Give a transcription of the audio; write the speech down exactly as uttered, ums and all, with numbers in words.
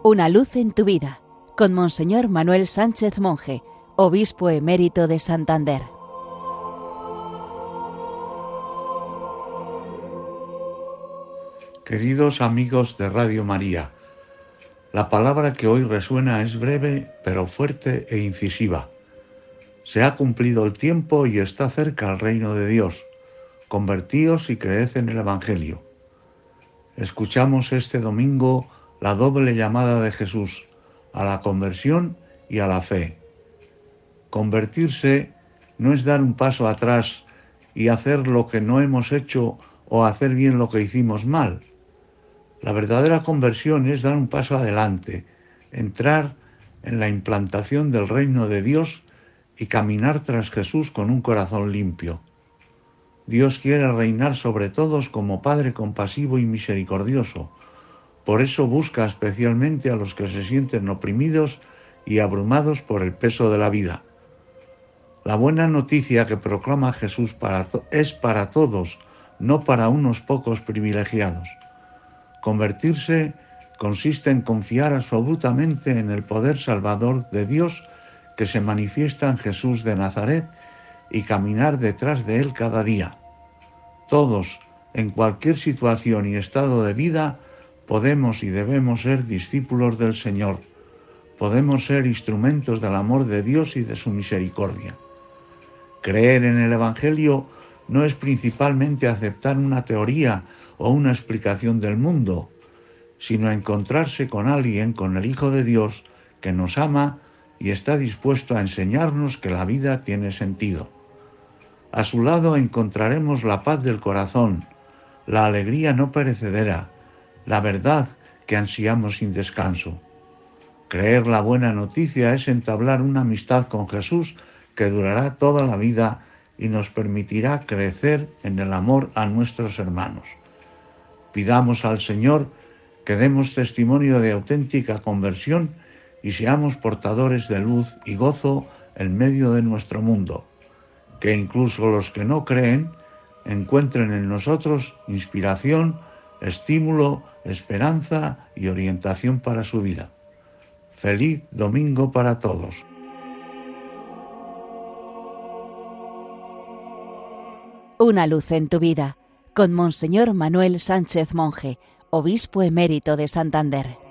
Una luz en tu vida, con Monseñor Manuel Sánchez Monje, obispo emérito de Santander. Queridos amigos de Radio María, la palabra que hoy resuena es breve, pero fuerte e incisiva. Se ha cumplido el tiempo y está cerca el reino de Dios. Convertíos y creed en el Evangelio. Escuchamos este domingo la doble llamada de Jesús, a la conversión y a la fe. Convertirse no es dar un paso atrás y hacer lo que no hemos hecho o hacer bien lo que hicimos mal. La verdadera conversión es dar un paso adelante, entrar en la implantación del reino de Dios y caminar tras Jesús con un corazón limpio. Dios quiere reinar sobre todos como Padre compasivo y misericordioso. Por eso busca especialmente a los que se sienten oprimidos y abrumados por el peso de la vida. La buena noticia que proclama Jesús para to- es para todos, no para unos pocos privilegiados. Convertirse consiste en confiar absolutamente en el poder salvador de Dios que se manifiesta en Jesús de Nazaret y caminar detrás de él cada día. Todos, en cualquier situación y estado de vida, podemos y debemos ser discípulos del Señor. Podemos ser instrumentos del amor de Dios y de su misericordia. Creer en el Evangelio no es principalmente aceptar una teoría o una explicación del mundo, sino encontrarse con alguien, con el Hijo de Dios, que nos ama y está dispuesto a enseñarnos que la vida tiene sentido. A su lado encontraremos la paz del corazón, la alegría no perecedera, la verdad que ansiamos sin descanso. Creer la buena noticia es entablar una amistad con Jesús que durará toda la vida y nos permitirá crecer en el amor a nuestros hermanos. Pidamos al Señor que demos testimonio de auténtica conversión y seamos portadores de luz y gozo en medio de nuestro mundo. Que incluso los que no creen encuentren en nosotros inspiración, estímulo, esperanza y orientación para su vida. Feliz domingo para todos. Una luz en tu vida, con Monseñor Manuel Sánchez Monje, obispo emérito de Santander.